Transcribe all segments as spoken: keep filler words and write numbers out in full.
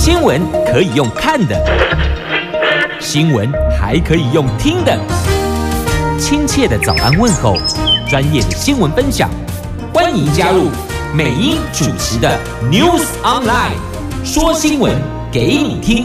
新闻可以用看的，新闻还可以用听的。亲切的早安问候，专业的新闻分享，欢迎加入美英主持的 News Online， 说新闻给你听。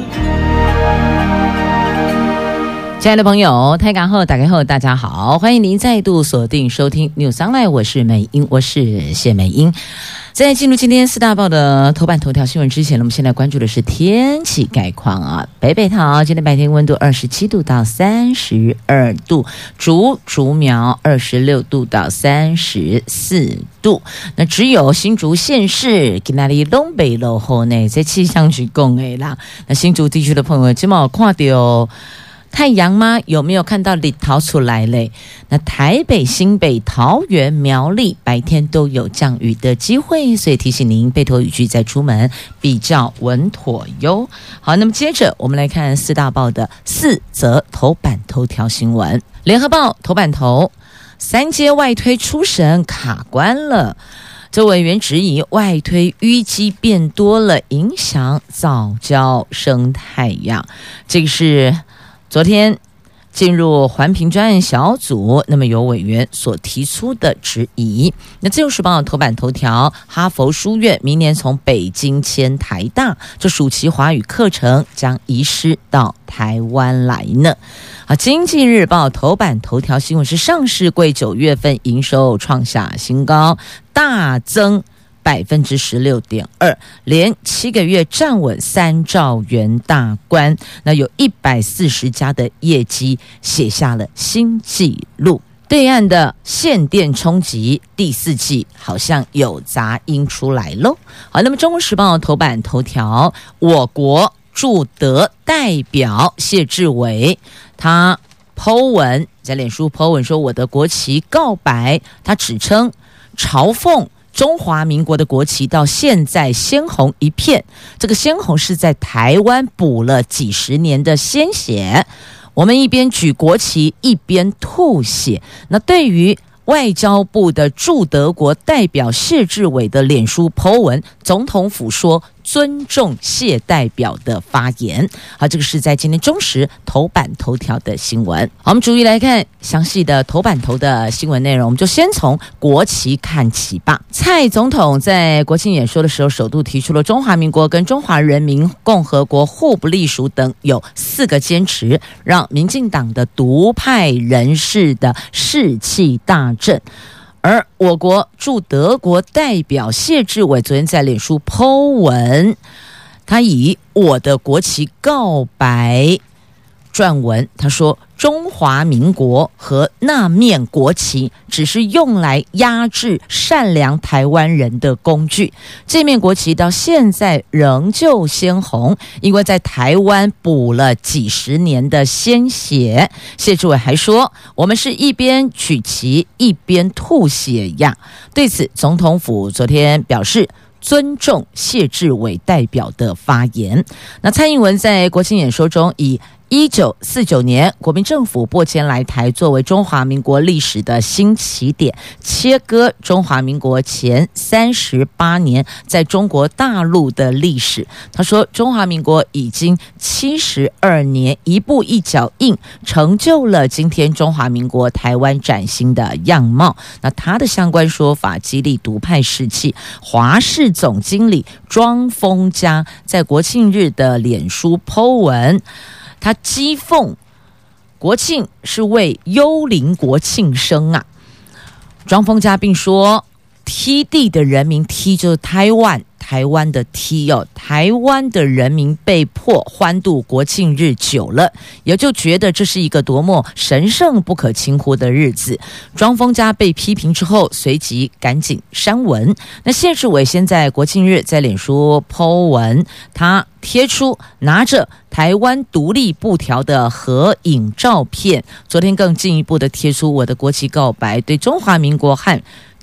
亲爱的朋友，台港后打开后，大家好，欢迎您再度锁定收听 News Online， 我是美英，我是谢美英。在进入今天四大报的头版头条新闻之前呢，我们现在关注的是天气概况啊。北北桃今天白天温度二十七度到三十二度，竹竹苗二十六度到三十四度。那只有新竹县市今天的东北落后呢，在气象局讲的啦。那新竹地区的朋友，今晚有看到太阳吗？有没有看到日头出来嘞？那台北、新北、桃园、苗栗白天都有降雨的机会，所以提醒您备妥雨具再出门比较稳妥哟。好，那么接着我们来看四大报的四则头版头条新闻。联合报头版头，三阶外推初审卡关了。这委员质疑外推淤积变多了，影响藻礁生态呀。这个是昨天进入环评专案小组，那么由委员所提出的质疑。那自由时报头版头条，哈佛书院明年从北京迁台大，这暑期华语课程将移师到台湾来呢。啊，经济日报头版头条新闻是上市柜九月份营收创下新高，大增百分之十六点二，连七个月站稳三兆元大关。那有一百四十家的业绩写下了新纪录。对岸的限电冲击，第四季好像有杂音出来喽。好，那么《中国时报》头版头条，我国驻德代表谢志伟，他 po 文在脸书 po 文说我的国旗告白，他指称嘲讽中华民国的国旗到现在鲜红一片，这个鲜红是在台湾补了几十年的鲜血。我们一边举国旗一边吐血。那对于外交部的驻德国代表谢志伟的脸书 po 文，总统府说尊重谢代表的发言。好，这个是在今天中时头版头条的新闻。好，我们逐一来看详细的头版头的新闻内容，我们就先从国旗看起吧。蔡总统在国庆演说的时候，首度提出了中华民国跟中华人民共和国互不隶属等有四个坚持，让民进党的独派人士的士气大振。而我国驻德国代表谢志伟昨天在脸书 po 文，他以我的国旗告白撰文，他说中华民国和那面国旗只是用来压制善良台湾人的工具，这面国旗到现在仍旧鲜红，因为在台湾补了几十年的鲜血。谢志伟还说我们是一边举旗一边吐血呀。对此总统府昨天表示尊重谢志伟代表的发言。那蔡英文在国庆演说中以一九四九年国民政府拨迁来台作为中华民国历史的新起点，切割中华民国前三十八年在中国大陆的历史。他说中华民国已经七十二年，一步一脚印成就了今天中华民国台湾崭新的样貌。那他的相关说法激励独派士气。华视总经理庄丰嘉在国庆日的脸书 po 文，他讥讽国庆是为幽灵国庆生啊。庄丰嘉并说踢地的人民，踢就是台湾台湾的踢哦，台湾的人民被迫欢度国庆日久了，也就觉得这是一个多么神圣不可轻忽的日子。庄丰嘉被批评之后，随即赶紧删文。那谢志伟先在国庆日在脸书 po 文，他贴出拿着台湾独立布条的合影照片，昨天更进一步的贴出我的国旗告白，对中华民国和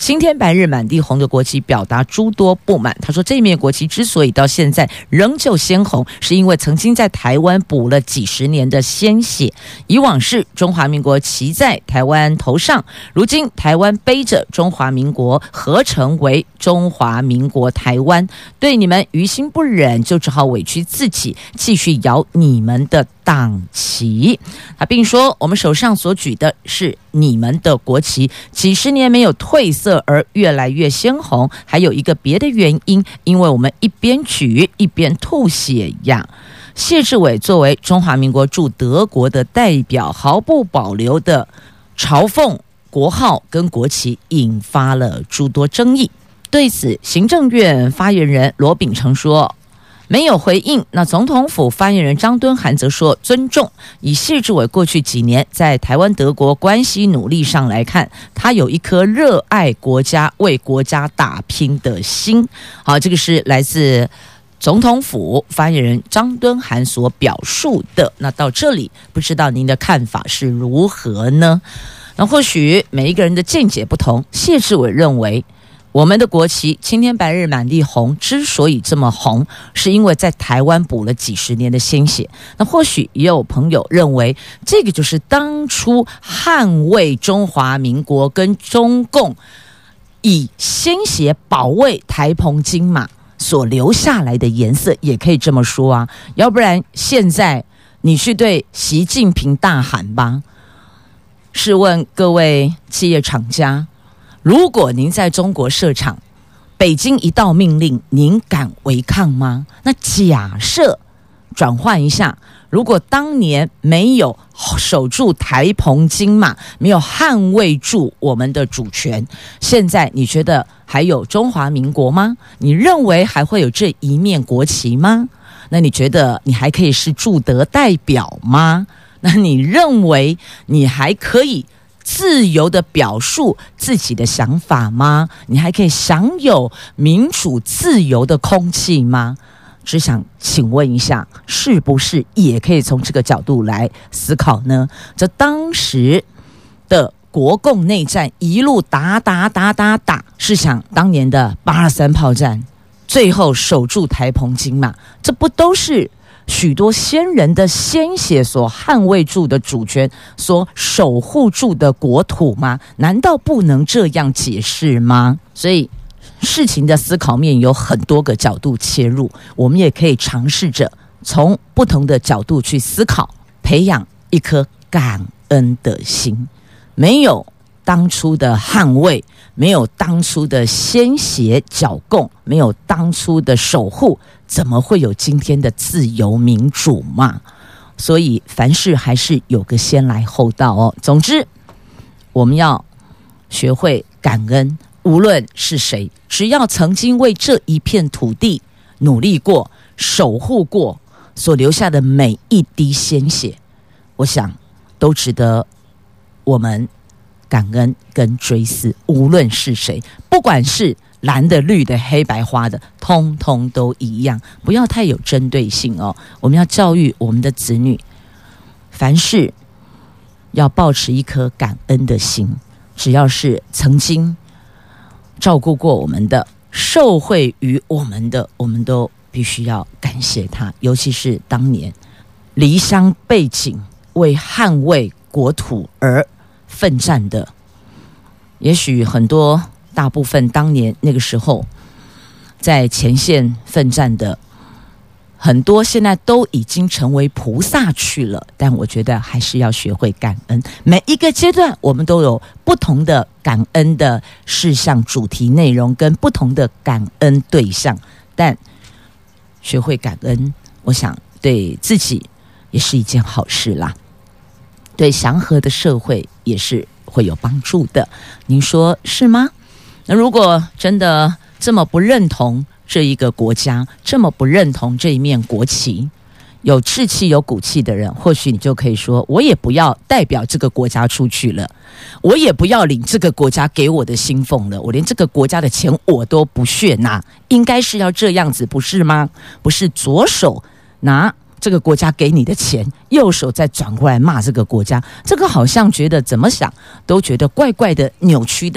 青天白日满地红的国旗表达诸多不满。他说，这面国旗之所以到现在仍旧鲜红，是因为曾经在台湾补了几十年的鲜血。以往是中华民国旗在台湾头上，如今台湾背着中华民国合成为中华民国台湾，对你们于心不忍，就只好委屈自己继续摇你们的党旗。他并说，我们手上所举的是你们的国旗，几十年没有褪色而越来越鲜红，还有一个别的原因，因为我们一边举一边吐血呀。谢志伟作为中华民国驻德国的代表，毫不保留的嘲讽国号跟国旗，引发了诸多争议。对此，行政院发言人罗秉成说没有回应。那总统府发言人张敦涵则说尊重。以谢志伟过去几年在台湾德国关系努力上来看，他有一颗热爱国家、为国家打拼的心。好，这个是来自总统府发言人张敦涵所表述的。那到这里，不知道您的看法是如何呢？那或许每一个人的见解不同。谢志伟认为，我们的国旗青天白日满地红之所以这么红，是因为在台湾补了几十年的鲜血。那或许也有朋友认为，这个就是当初捍卫中华民国跟中共以鲜血保卫台澎金马所留下来的颜色，也可以这么说啊。要不然现在你去对习近平大喊吧。试问各位企业厂家，如果您在中国设厂，北京一道命令，您敢违抗吗？那假设转换一下，如果当年没有守住台澎金马，没有捍卫住我们的主权，现在你觉得还有中华民国吗？你认为还会有这一面国旗吗？那你觉得你还可以是驻德代表吗？那你认为你还可以自由的表述自己的想法吗？你还可以享有民主自由的空气吗？只想请问一下，是不是也可以从这个角度来思考呢？这当时的国共内战一路打打打打打，是想当年的八二三炮战，最后守住台澎金马，这不都是许多先人的鲜血所捍卫住的主权，所守护住的国土吗？难道不能这样解释吗？所以事情的思考面有很多个角度切入，我们也可以尝试着从不同的角度去思考，培养一颗感恩的心。没有当初的捍卫，没有当初的鲜血剿共，没有当初的守护，怎么会有今天的自由民主嘛？所以凡事还是有个先来后到哦。总之，我们要学会感恩，无论是谁，只要曾经为这一片土地努力过、守护过，所留下的每一滴鲜血，我想都值得我们感恩跟追思。无论是谁，不管是蓝的、绿的、黑白花的，通通都一样，不要太有针对性哦。我们要教育我们的子女，凡事要抱持一颗感恩的心，只要是曾经照顾过我们的、受惠于我们的，我们都必须要感谢他。尤其是当年离乡背井，为捍卫国土而奋战的，也许很多大部分当年那个时候在前线奋战的很多，现在都已经成为菩萨去了。但我觉得还是要学会感恩。每一个阶段我们都有不同的感恩的事项、主题内容跟不同的感恩对象，但学会感恩，我想对自己也是一件好事啦，对祥和的社会也是会有帮助的。您说是吗？那如果真的这么不认同这一个国家，这么不认同这一面国旗，有志气有骨气的人，或许你就可以说，我也不要代表这个国家出去了，我也不要领这个国家给我的薪俸了，我连这个国家的钱我都不屑拿，应该是要这样子，不是吗？不是左手拿这个国家给你的钱，右手再转过来骂这个国家，这个好像觉得怎么想都觉得怪怪的、扭曲的，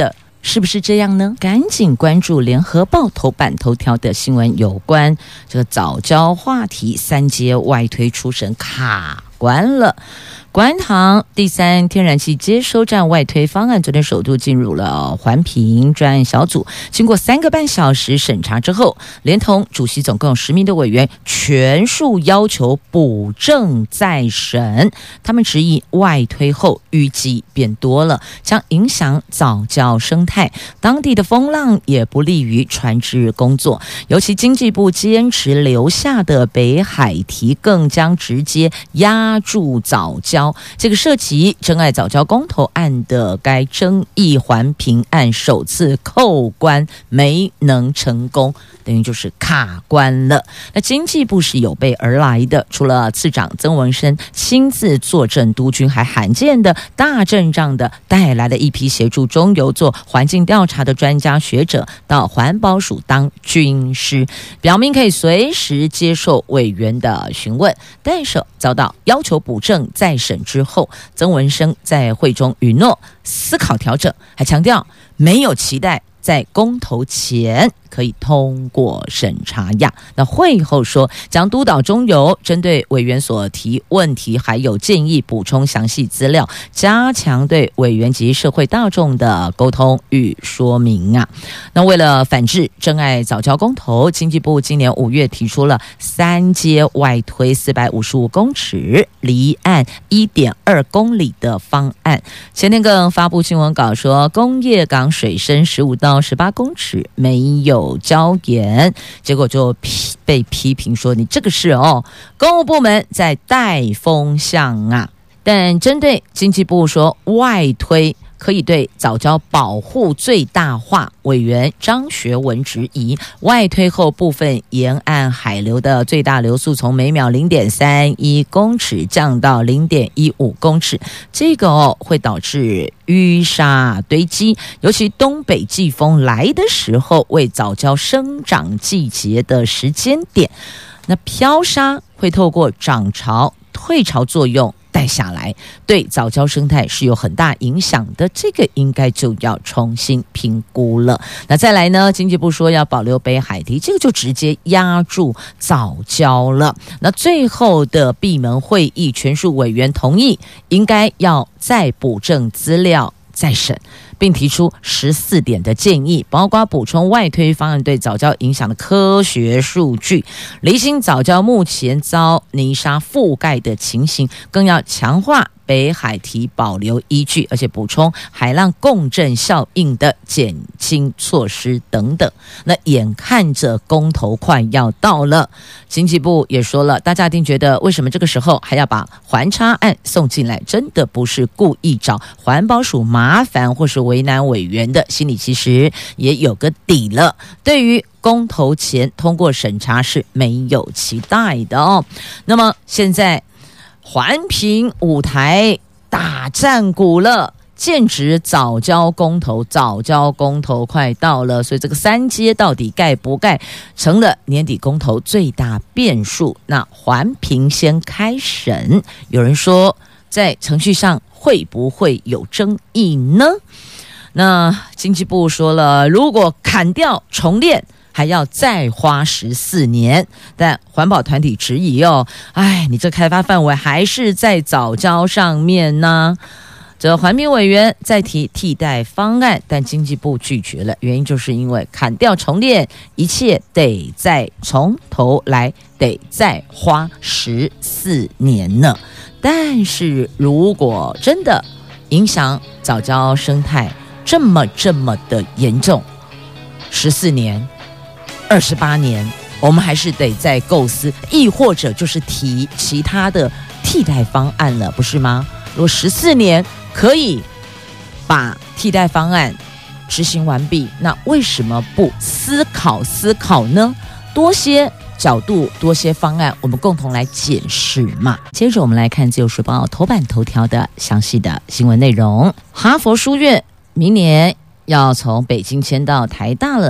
是不是这样呢？赶紧关注联合报头版头条的新闻，有关这个藻礁话题，三阶外推初审卡关了。国安堂第三天然气接收站外推方案昨天首度进入了环评专案小组，经过三个半小时审查之后，连同主席总共有十名的委员全数要求补正再审。他们质疑外推后淤积变多了，将影响藻礁生态，当地的风浪也不利于船只工作，尤其经济部坚持留下的北海堤更将直接压住藻礁。这个涉及珍爱藻礁公投案的该争议环评案首次扣关没能成功，等于就是卡关了。那经济部是有备而来的，除了次长曾文生亲自坐镇督军，还罕见的大阵仗的带来了一批协助中油做环境调查的专家学者到环保署当军师，表明可以随时接受委员的询问。但是遭到要求补正再审之后，曾文生在会中允诺思考调整，还强调没有期待在公投前可以通过审查呀。那会后说，将督导中油针对委员所提问题还有建议补充详细资料，加强对委员及社会大众的沟通与说明啊。那为了反制珍爱藻礁公投，经济部今年五月提出了三阶外推四百五十五公尺，离岸 一点二公里的方案。前天更发布新闻稿说，工业港水深十五到十八公尺，没有礁岩，结果就批被批评说你这个是哦，公务部门在带风向啊。但针对经济部说外推可以对藻礁保护最大化，委员张学文质疑外推后部分沿岸海流的最大流速从每秒 零点三一公尺降到 零点一五公尺，这个哦会导致淤沙堆积，尤其东北季风来的时候，为藻礁生长季节的时间点，那漂沙会透过涨潮退潮作用带下来，对藻礁生态是有很大影响的，这个应该就要重新评估了。那再来呢，经济部说要保留北海堤，这个就直接压住藻礁了。那最后的闭门会议，全数委员同意应该要再补正资料再审，并提出十四点的建议，包括补充外推方案对藻礁影响的科学数据，厘清藻礁目前遭泥沙覆盖的情形，更要强化北海堤保留依据，而且补充海浪共振效应的减轻措施等等。那眼看着公投快要到了，经济部也说了，大家一定觉得为什么这个时候还要把环差案送进来，真的不是故意找环保署麻烦或是为难委员的，心里其实也有个底了，对于公投前通过审查是没有期待的哦。那么现在环评舞台大战鼓了，剑指藻礁公投，藻礁公投快到了，所以这个三阶到底盖不盖，成了年底公投最大变数。那环评先开审，有人说在程序上会不会有争议呢？那经济部说了，如果砍掉重练还要再花十四年，但环保团体质疑哦，哎，你这开发范围还是在藻礁上面呢。这环评委员再提替代方案，但经济部拒绝了，原因就是因为砍掉重练，一切得再从头来，得再花十四年呢。但是如果真的影响藻礁生态这么这么的严重，十四年二十八年，我们还是得再构思，亦或者就是提其他的替代方案了，不是吗？如果十四年可以把替代方案执行完毕，那为什么不思考思考呢？多些角度，多些方案，我们共同来检视嘛。接着我们来看自由时报头版头条的详细的新闻内容。哈佛书院明年要从北京迁到台大了。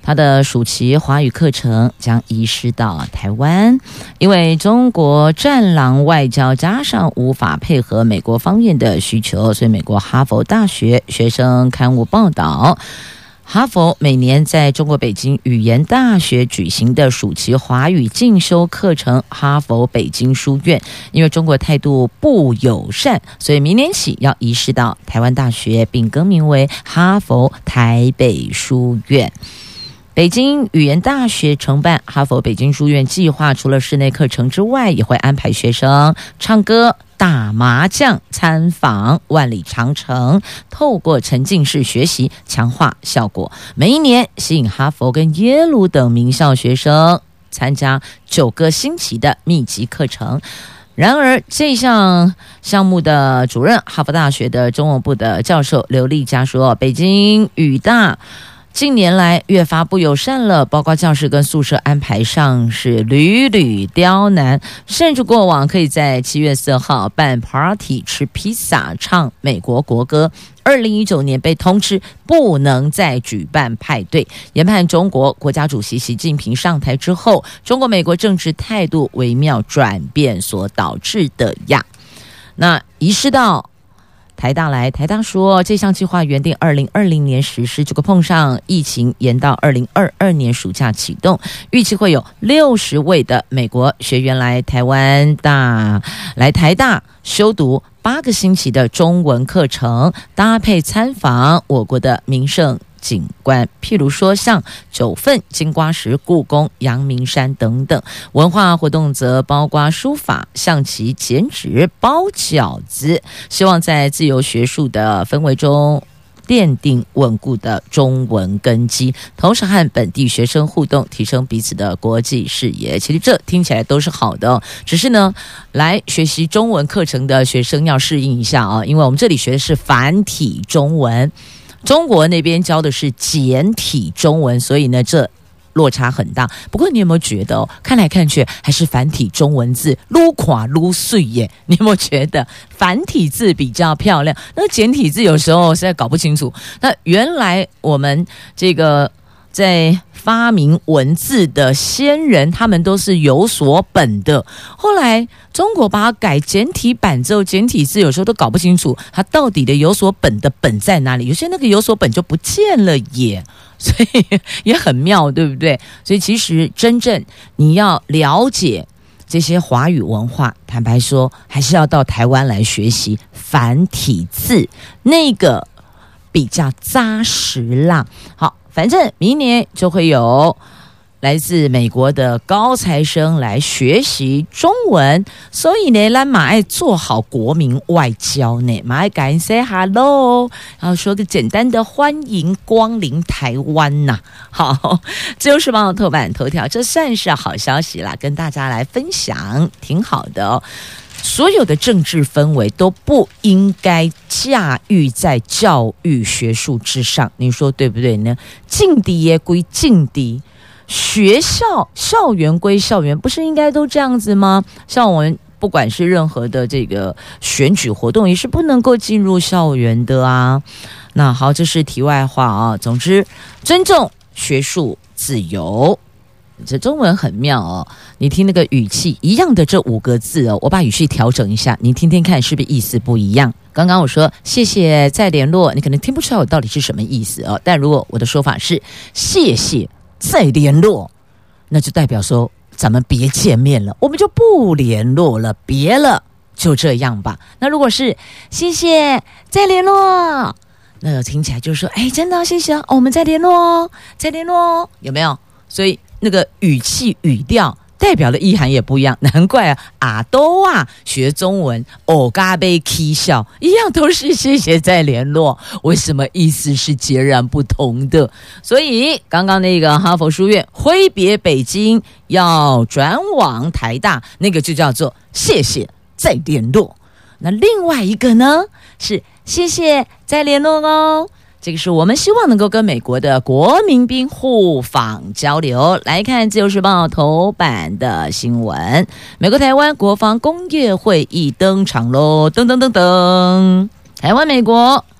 它的暑期华语课程将移师到台湾，因为中国战狼外交加上无法配合美国方面的需求，所以美国哈佛大学学生刊物报道，哈佛每年在中国北京语言大学举行的暑期华语进修课程哈佛北京书院，因为中国态度不友善，所以明年起要移师到台湾大学，并更名为哈佛台北书院。北京语言大学承办哈佛北京书院计划，除了室内课程之外，也会安排学生唱歌、打麻将、参访万里长城，透过沉浸式学习强化效果。每一年吸引哈佛跟耶鲁等名校学生参加九个星期的密集课程。然而这项项目的主任，哈佛大学的中文部的教授刘丽佳说，北京语大近年来越发不友善了，包括教室跟宿舍安排上是屡屡刁难，甚至过往可以在七月四号办 party 吃披萨唱美国国歌，二零一九年被通知不能再举办派对，研判中国国家主席习近平上台之后，中国美国政治态度微妙转变所导致的呀。那移师到台大来，台大说这项计划原定二零二零年实施，结果碰上疫情延到二零二二年暑假启动，预期会有六十位的美国学员来台湾大来台大修读八个星期的中文课程，搭配参访我国的名胜景观，譬如说像九份、金瓜石、故宫、阳明山等等。文化活动则包括书法、象棋、剪纸、包饺子，希望在自由学术的氛围中奠定稳固的中文根基，同时和本地学生互动，提升彼此的国际视野。其实这听起来都是好的哦，只是呢，来学习中文课程的学生要适应一下啊，因为我们这里学的是繁体中文，中国那边教的是简体中文，所以呢，这落差很大。不过你有没有觉得哦，看来看去还是繁体中文字撸垮撸碎耶？你有没有觉得繁体字比较漂亮？那简体字有时候实在搞不清楚。那原来我们这个在发明文字的先人，他们都是有所本的。后来中国把它改简体版之后，简体字有时候都搞不清楚它到底的有所本的本在哪里，有些那个有所本就不见了耶，所以也很妙，对不对？所以其实真正你要了解这些华语文化，坦白说还是要到台湾来学习繁体字，那个比较扎实啦。好，反正明年就会有来自美国的高材生来学习中文，所以呢，咱马爱做好国民外交呢，马爱敢 say hello， 然后说个简单的欢迎光临台湾呐。好，自由时报头版头条，这算是好消息啦，跟大家来分享，挺好的哦。所有的政治氛围都不应该驾驭在教育学术之上，你说对不对呢？禁敌也归禁敌，学校校园归校园，不是应该都这样子吗？像我们不管是任何的这个选举活动，也是不能够进入校园的啊。那好，这是题外话啊。总之，尊重学术自由。这中文很妙哦，你听那个语气一样的这五个字哦，我把语气调整一下，你听听看是不是意思不一样？刚刚我说谢谢再联络，你可能听不出来我到底是什么意思哦。但如果我的说法是谢谢再联络，那就代表说咱们别见面了，我们就不联络了，别了，就这样吧。那如果是谢谢再联络，那听起来就是说，哎，真的谢谢哦，我们再联络哦，再联络哦，有没有？所以那个语气语调代表的意涵也不一样，难怪啊，阿都啊学中文哦嘎被 k 笑一样都是谢谢再联络，为什么意思是截然不同的？所以刚刚那个哈佛书院挥别北京要转往台大，那个就叫做谢谢再联络。那另外一个呢是谢谢再联络哦。这个是我们希望能够跟美国的国民兵互访交流。来看自由时报头版的新闻，美国台湾国防工业会议登场咯，噔噔噔噔，台湾美国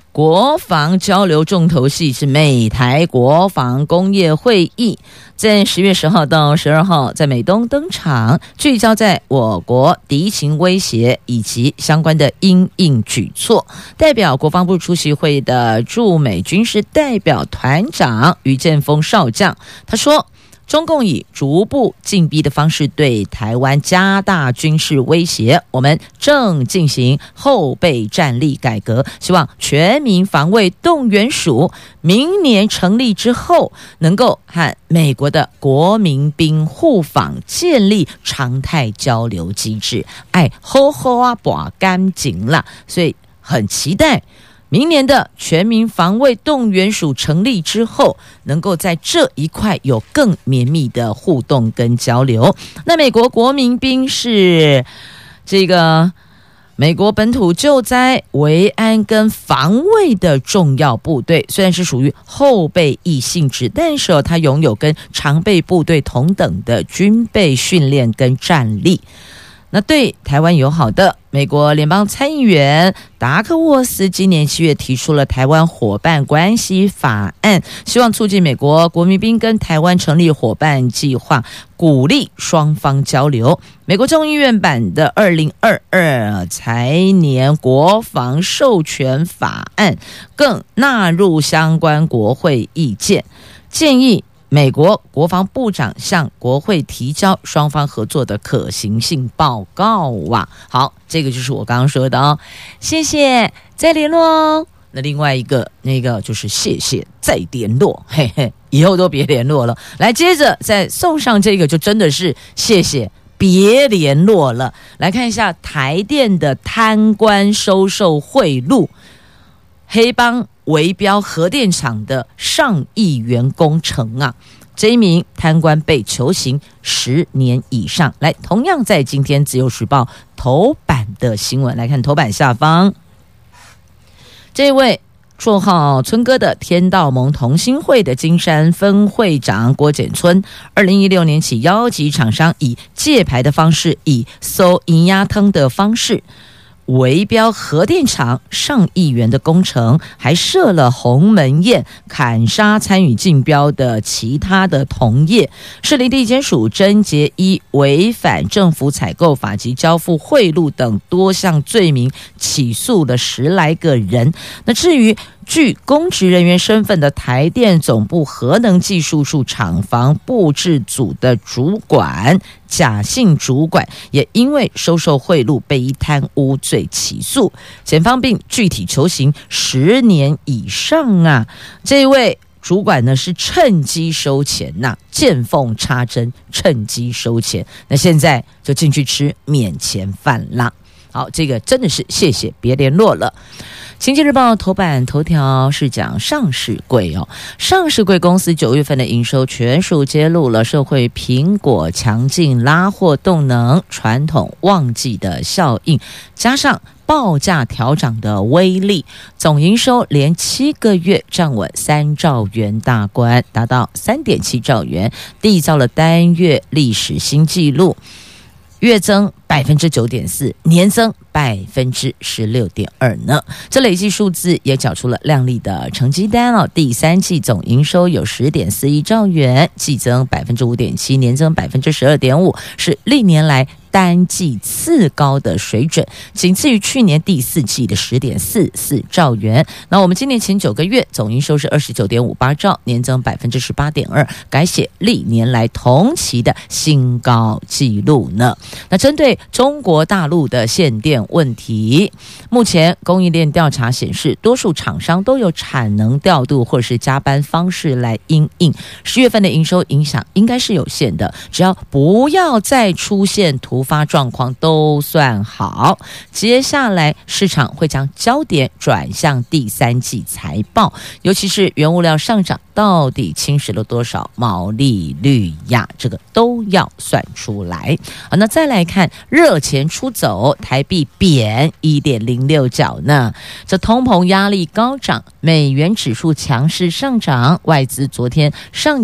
国防交流重头戏是美台国防工业会议，在十月十号到十二号在美东登场，聚焦在我国敌情威胁以及相关的因应举措。代表国防部出席会的驻美军事代表团长于建峰少将，他说，中共以逐步进逼的方式对台湾加大军事威胁，我们正进行后备战力改革，希望全民防卫动员署明年成立之后，能够和美国的国民兵互访建立常态交流机制，哎，好好啊，把干净啦，所以很期待明年的全民防卫动员署成立之后，能够在这一块有更绵密的互动跟交流。那美国国民兵是这个美国本土救灾、维安跟防卫的重要部队，虽然是属于后备役性质，但是它拥有跟常备部队同等的军备训练跟战力。那对台湾友好的美国联邦参议员达克沃斯今年七月提出了台湾伙伴关系法案，希望促进美国国民兵跟台湾成立伙伴计划，鼓励双方交流。美国众议院版的二零二二财年国防授权法案更纳入相关国会意见，建议美国国防部长向国会提交双方合作的可行性报告啊。好，这个就是我刚刚说的哦，谢谢，再联络哦。那另外一个那个就是谢谢再联络，嘿嘿，以后都别联络了。来，接着再送上这个，就真的是谢谢别联络了。来看一下台电的贪官收受贿赂，黑帮围标核电厂的上亿元工程啊，这一名贪官被囚刑十年以上。来，同样在今天自由时报头版的新闻，来看头版下方，这位绰号村哥的天道盟同心会的金山分会长郭简村，二零一六年起邀集厂商以借牌的方式，以搜银鸭汤的方式围标核电厂上亿元的工程，还设了鸿门宴，砍杀参与竞标的其他的同业。士林地检署侦结依违反政府采购法及交付贿赂等多项罪名，起诉了十来个人。那至于具公职人员身份的台电总部核能技术处厂房布置组的主管贾姓主管，也因为收受贿赂被以贪污罪起诉，检方并具体求刑十年以上啊。这位主管呢是趁机收钱呐、啊，见缝插针，趁机收钱。那现在就进去吃免钱饭啦。好，这个真的是谢谢别联络了。经济日报头版头条是讲上市柜哦，上市柜公司九月份的营收全数揭露了社会苹果强劲拉货动能、传统旺季的效应，加上报价调涨的威力，总营收连七个月站稳三兆元大关，达到三点七兆元，缔造了单月历史新纪录。月增百分之九点四，年增百分之十六点二呢。这累计数字也缴出了亮丽的成绩单哦。第三季总营收有十点四一兆元，季增百分之五点七，年增百分之十二点五，是历年来单季次高的水准，仅次于去年第四季的十点四四兆元。那我们今年前九个月总营收是二十九点五八兆，年增百分之十八点二，改写历年来同期的新高纪录呢。那针对中国大陆的限电问题，目前供应链调查显示，多数厂商都有产能调度或是加班方式来因应。十月份的营收影响应该是有限的，只要不要再出现突发状况都算好。接下来市场会将焦点转向第三季财报，尤其是原物料上涨到底侵蚀了多少毛利率呀？这个都要算出来。好，那再来看热钱出走，台币贬 一点零六角呢。这通膨压力高涨，美元指数强势上涨，外资昨天上演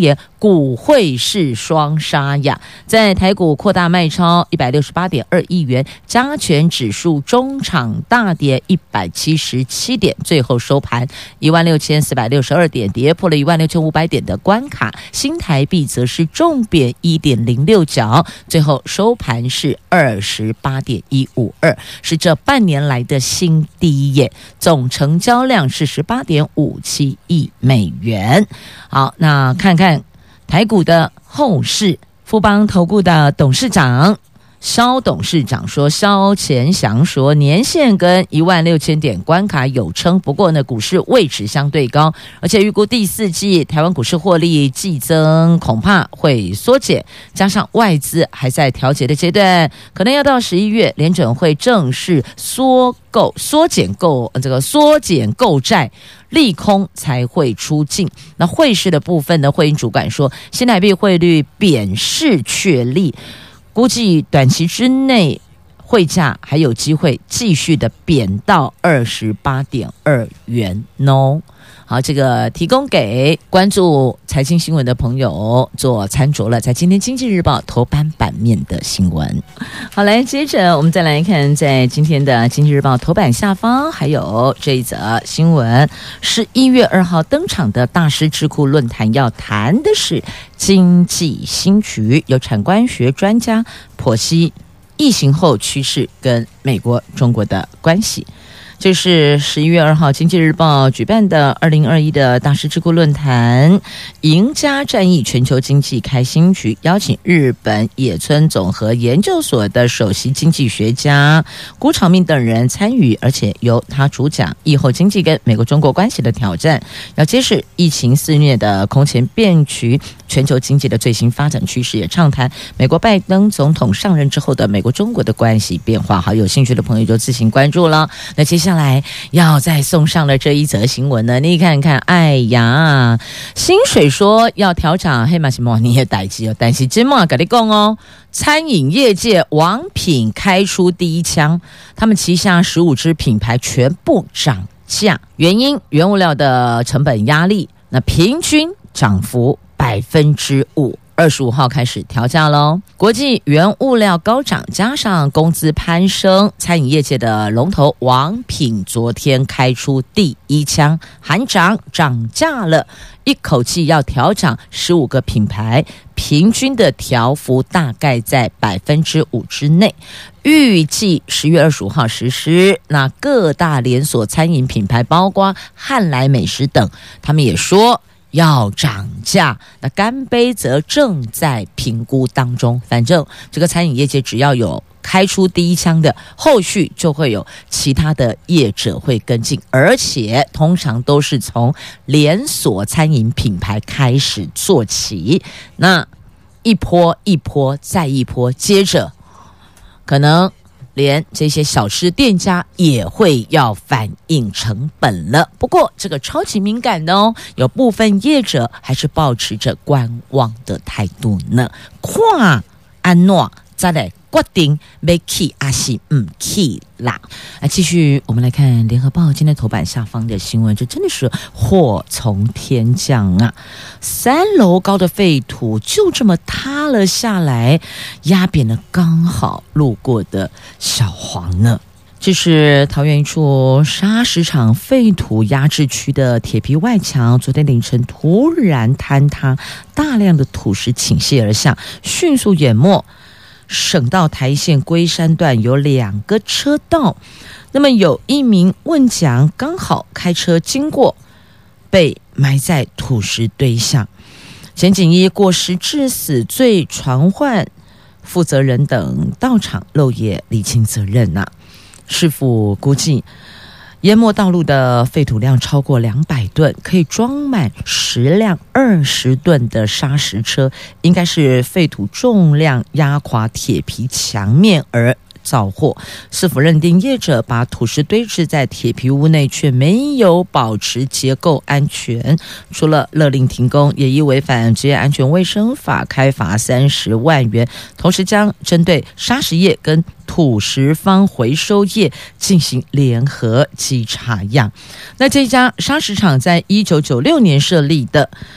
股汇市双杀呀，在台股扩大卖超一百六十八点二亿元，加权指数中场大跌一百七十七点，最后收盘一万六千四百六十二点，跌破了一万六千五百点的关卡。新台币则是重贬一点零六角，最后收盘是二十八点一五二，是这半年来的新低耶。总成交量是十八点五七亿美元。好，那看看台股的后市，富邦投顾的董事长萧董事长说，萧乾祥说，年线跟一万六千点关卡有撑，不过呢，股市位置相对高，而且预估第四季台湾股市获利季增恐怕会缩减，加上外资还在调节的阶段，可能要到十一月联准会正式缩购、缩减购这个缩减购债。利空才会出尽。那汇市的部分呢，汇银主管说，新台币汇率贬势确立，估计短期之内汇价还有机会继续的贬到二十八点二元哦。好，这个提供给关注财经新闻的朋友做参酌了，在今天经济日报头版版面的新闻。好，来接着我们再来看，在今天的经济日报头版下方还有这一则新闻，是一月二号登场的大师智库论坛，要谈的是经济新局，有产官学专家剖析疫情后趋势跟美国中国的关系。这是十一月二号经济日报举办的二零二一的大师智库论坛，赢家战役全球经济开新局，邀请日本野村总和研究所的首席经济学家辜长命等人参与，而且由他主讲疫后经济跟美国中国关系的挑战，要揭示疫情肆虐的空前变局，全球经济的最新发展趋势，也畅谈美国拜登总统上任之后的美国中国的关系变化。好，有兴趣的朋友就自行关注了。那接下来下来要再送上了这一则新闻呢，你看看，哎呀，薪水说要调涨，黑马什么你也逮机哦，但是今晚跟你讲哦，餐饮业界王品开出第一枪，他们旗下十五支品牌全部涨价，原因原物料的成本压力，那平均涨幅百分之五。二十五号开始调价喽，国际原物料高涨，加上工资攀升，餐饮业界的龙头王品昨天开出第一枪，喊涨涨价了，一口气要调涨十五个品牌，平均的调幅大概在百分之五之内，预计十月二十五号实施。那各大连锁餐饮品牌，包括汉来美食等，他们也说要涨价，那干杯则正在评估当中。反正这个餐饮业界只要有开出第一枪的，后续就会有其他的业者会跟进，而且通常都是从连锁餐饮品牌开始做起，那一波一波再一波，接着可能连这些小吃店家也会要反映成本了。不过这个超级敏感的哦，有部分业者还是抱持着观望的态度呢。看安诺再来决定要去还是不去啦。来，继续我们来看联合报今天头版下方的新闻，这真的是祸从天降啊！三楼高的废土就这么塌了下来，压扁了刚好路过的小黄呢。这是桃园一处砂石场废土压制区的铁皮外墙，昨天凌晨突然坍塌，大量的土石倾泻而下，迅速淹没省道台线龟山段有两个车道，那么有一名问讲刚好开车经过，被埋在土石堆下，检警以过失致死罪传唤负责人等到场漏夜厘清责任呐、啊。市府估计淹没道路的废土量超过两百吨，可以装满十辆二十吨的砂石车，应该是废土重量压垮铁皮墙面而造祸。市府认定业者把土石堆置在铁皮屋内，却没有保持结构安全，除了勒令停工，也依违反职业安全卫生法开罚三十万元，同时将针对砂石业跟土石方回收业进行联合稽查样。那这家砂石厂在一九九六年设立的，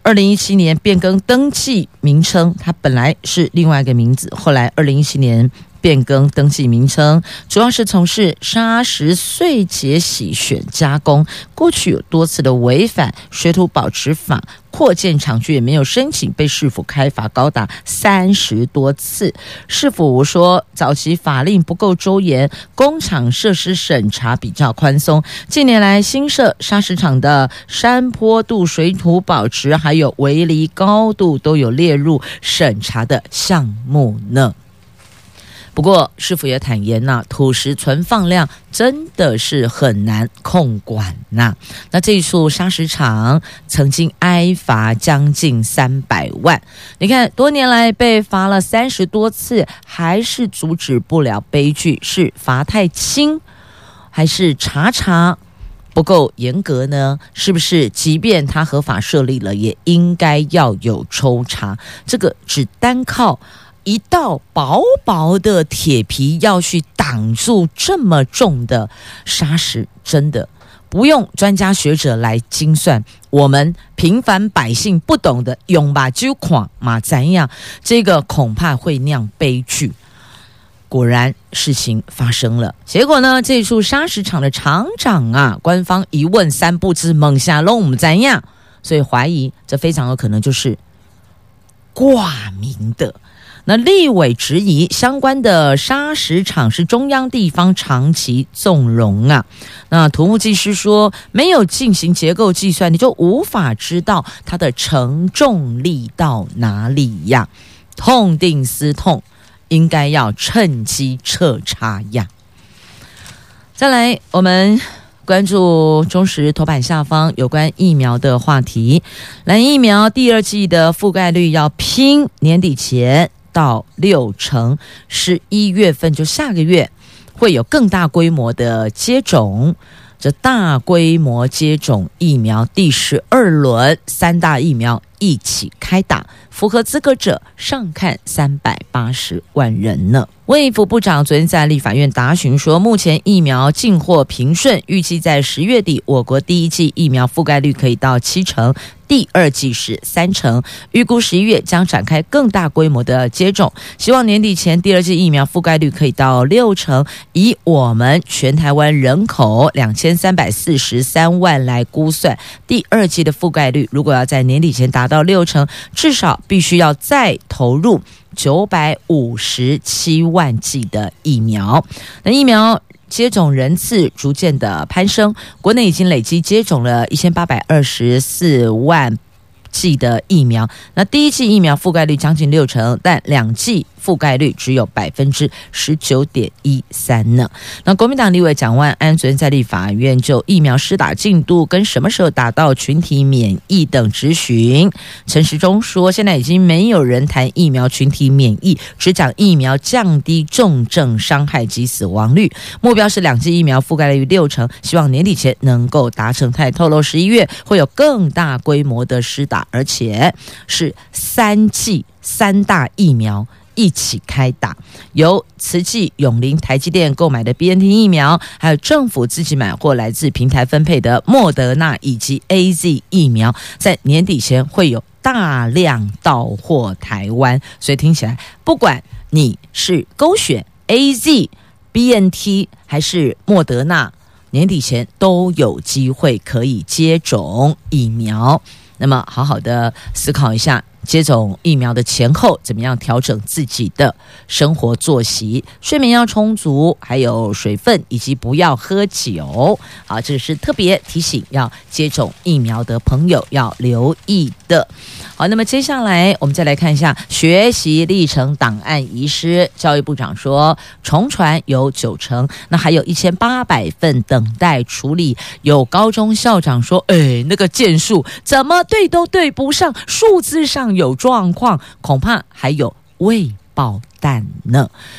二零一七年变更登记名称，它本来是另外一个名字，后来二零一七年变更登记名称，主要是从事砂石碎解洗选加工，过去有多次的违反水土保持法，扩建厂区也没有申请，被市府开罚高达三十多次。市府说早期法令不够周延，工厂设施审查比较宽松，近年来新设砂石厂的山坡度、水土保持还有围篱高度都有列入审查的项目呢。不过市府也坦言呐、啊，土石存放量真的是很难控管呐、啊。那这一处砂石厂曾经挨罚将近三百万，你看多年来被罚了三十多次，还是阻止不了悲剧，是罚太轻，还是查查不够严格呢？是不是即便它合法设立了，也应该要有抽查？这个只单靠一道薄薄的铁皮要去挡住这么重的砂石，真的不用专家学者来精算，我们平凡百姓不懂的用吧就看嘛怎样，这个恐怕会酿悲剧。果然事情发生了，结果呢，这处砂石厂的厂长啊，官方一问三不知，猛下弄我们怎样，所以怀疑这非常有可能就是挂名的。那立委质疑相关的砂石厂是中央地方长期纵容啊。那土木技师说，没有进行结构计算，你就无法知道它的承重力到哪里呀。痛定思痛，应该要趁机彻查呀。再来，我们关注中时头版下方有关疫苗的话题。蓝疫苗第二剂的覆盖率要拼年底前到六成，十一月份就下个月会有更大规模的接种。这大规模接种疫苗第十二轮，三大疫苗一起开打，符合资格者上看三百八十万人呢。卫福部长昨天在立法院答询说，目前疫苗进货平顺，预计在十月底，我国第一剂疫苗覆盖率可以到七成，第二剂是三成，预估十一月将展开更大规模的接种，希望年底前第二剂疫苗覆盖率可以到六成。以我们全台湾人口两千三百四十三万来估算，第二剂的覆盖率如果要在年底前达到六成，至少必须要再投入九百五十七万剂的疫苗。那疫苗接种人次逐渐的攀升，国内已经累积接种了一千八百二十四万剂的疫苗。那第一剂疫苗覆盖率将近六成，但两剂覆盖率只有百分之十九点一三呢。那国民党立委蒋万安昨天在立法院就疫苗施打进度跟什么时候达到群体免疫等质询，陈时中说，现在已经没有人谈疫苗群体免疫，只讲疫苗降低重症伤害及死亡率，目标是两剂疫苗覆盖率六成，希望年底前能够达成。他也透露十一月会有更大规模的施打，而且是三剂三大疫苗一起开打，由慈济永林台积电购买的 B N T 疫苗，还有政府自己买或来自平台分配的莫德纳以及 A Z 疫苗，在年底前会有大量到货台湾。所以听起来，不管你是勾选 A Z、B N T 还是莫德纳，年底前都有机会可以接种疫苗。那么好好的思考一下，接种疫苗的前后怎么样调整自己的生活作息，睡眠要充足，还有水分，以及不要喝酒。好，这是特别提醒要接种疫苗的朋友要留意的。好，那么接下来我们再来看一下学习历程档案遗失。教育部长说，重传有九成，那还有一千八百份等待处理。有高中校长说，哎，那个件数怎么对都对不上，数字上有状况，恐怕还有未爆弹呢。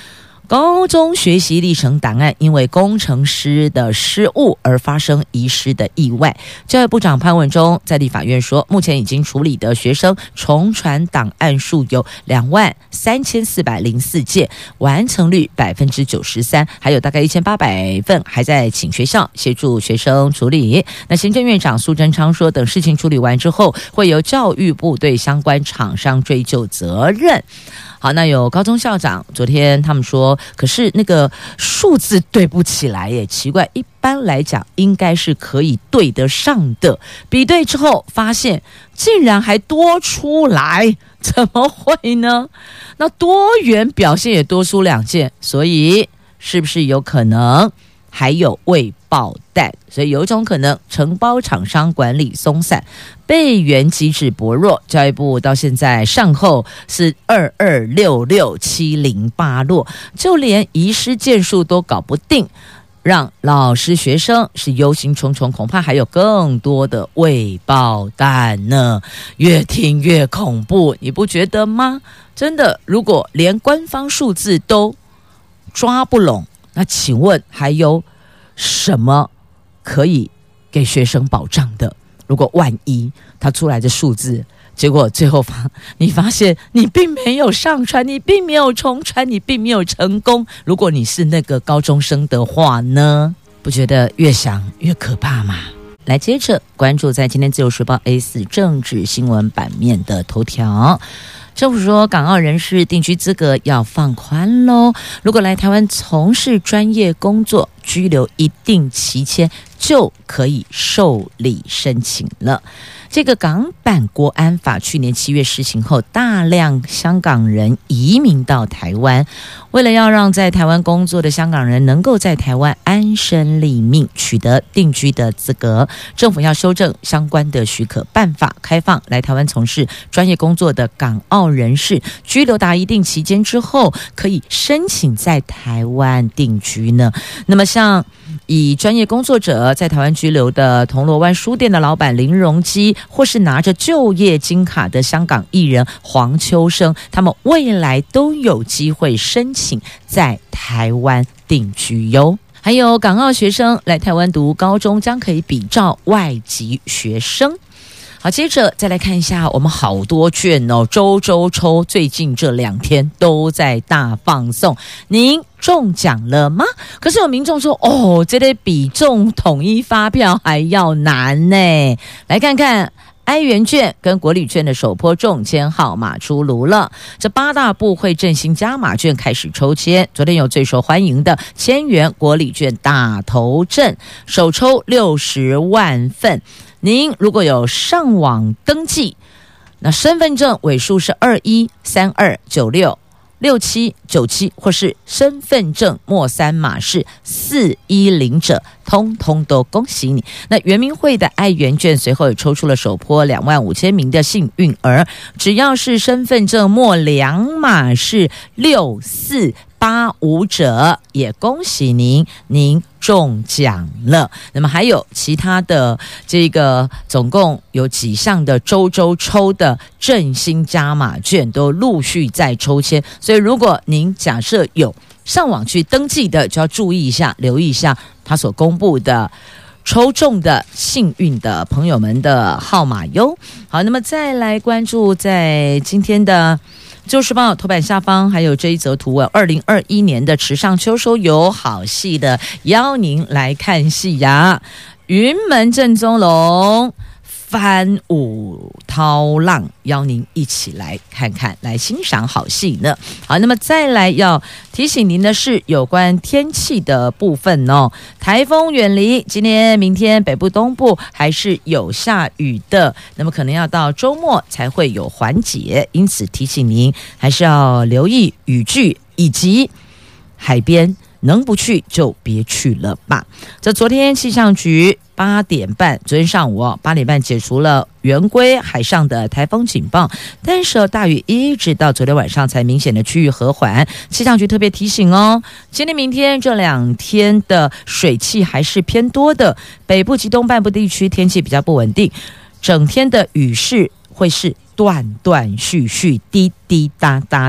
高中学习历程档案因为工程师的失误而发生遗失的意外。教育部长潘文忠在立法院说，目前已经处理的学生重传档案数有两万三千四百零四件，完成率百分之九十三，还有大概一千八百份还在请学校协助学生处理。那行政院长苏贞昌说，等事情处理完之后，会由教育部对相关厂商追究责任。好，那有高中校长昨天他们说，可是那个数字对不起来耶，奇怪，一般来讲应该是可以对得上的，比对之后发现竟然还多出来，怎么会呢？那多元表现也多出两件，所以是不是有可能还有未爆弹？所以有一种可能，承包厂商管理松散，备援机制薄弱。教育部到现在善后是二二六六七零八落，就连遗失件数都搞不定，让老师学生是忧心忡忡，恐怕还有更多的未爆弹呢。越听越恐怖，你不觉得吗？真的，如果连官方数字都抓不拢，那请问还有什么可以给学生保障的？如果万一他出来的数字，结果最后发你发现你并没有上传，你并没有重传，你并没有成功，如果你是那个高中生的话呢？不觉得越想越可怕吗？来，接着关注在今天自由时报 A 四 政治新闻版面的头条。政府说，港澳人士定居资格要放宽喽。如果来台湾从事专业工作，居留一定期间就可以受理申请了。这个港版国安法去年七月施行后，大量香港人移民到台湾，为了要让在台湾工作的香港人能够在台湾安身立命，取得定居的资格，政府要修正相关的许可办法，开放来台湾从事专业工作的港澳人士居留达一定期间之后，可以申请在台湾定居呢。那么像以专业工作者在台湾居留的铜锣湾书店的老板林荣基，或是拿着就业金卡的香港艺人黄秋生，他们未来都有机会申请在台湾定居哟。还有港澳学生来台湾读高中，将可以比照外籍学生。好，接着再来看一下我们好多券哦，周周抽，最近这两天都在大放送，您中奖了吗？可是有民众说，哦，这类比中统一发票还要难呢。来看看哀元券跟国旅券的首波中签号码出炉了，这八大部会振兴加码券开始抽签。昨天有最受欢迎的千元国旅券大头阵，首抽六十万份。您如果有上网登记，那身份证尾数是二一三二九六六七九七，或是身份证末三码是四一零者，通通都恭喜你。那原民会的爱元券随后也抽出了首波两万五千名的幸运儿，只要是身份证末两码是六四八五者，也恭喜您，您中奖了。那么还有其他的这个总共有几项的周周抽的振兴加码券都陆续在抽签，所以如果您假设有上网去登记的，就要注意一下，留意一下他所公布的抽中的幸运的朋友们的号码哟。好，那么再来关注在今天的自由时报头版下方还有这一则图文，二零二一年的池上秋收有好戏的，邀您来看戏呀！云门正宗龙翻舞涛浪，邀您一起来看看，来欣赏好戏呢。好，那么再来要提醒您的是有关天气的部分哦。台风远离，今天明天北部东部还是有下雨的，那么可能要到周末才会有缓解，因此提醒您还是要留意雨具，以及海边能不去就别去了吧。这昨天气象局八点半，昨天上午哦，八点半解除了圆规海上的台风警报，但是大雨一直到昨天晚上才明显的趋于和缓。气象局特别提醒哦，今天明天这两天的水汽还是偏多的，北部及东半部地区天气比较不稳定，整天的雨势会是断断续续、滴滴答答的。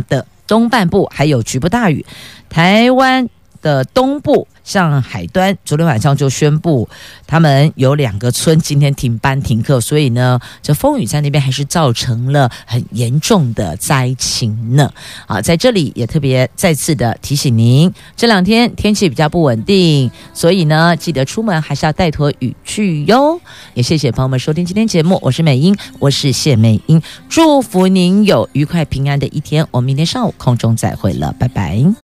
东半部还有局部大雨，台湾的东部像海端昨天晚上就宣布他们有两个村今天停班停课，所以呢这风雨在那边还是造成了很严重的灾情呢。啊，在这里也特别再次的提醒您，这两天天气比较不稳定，所以呢记得出门还是要带妥雨具哟。也谢谢朋友们收听今天节目，我是美英，我是谢美英，祝福您有愉快平安的一天，我们明天上午空中再会了，拜拜。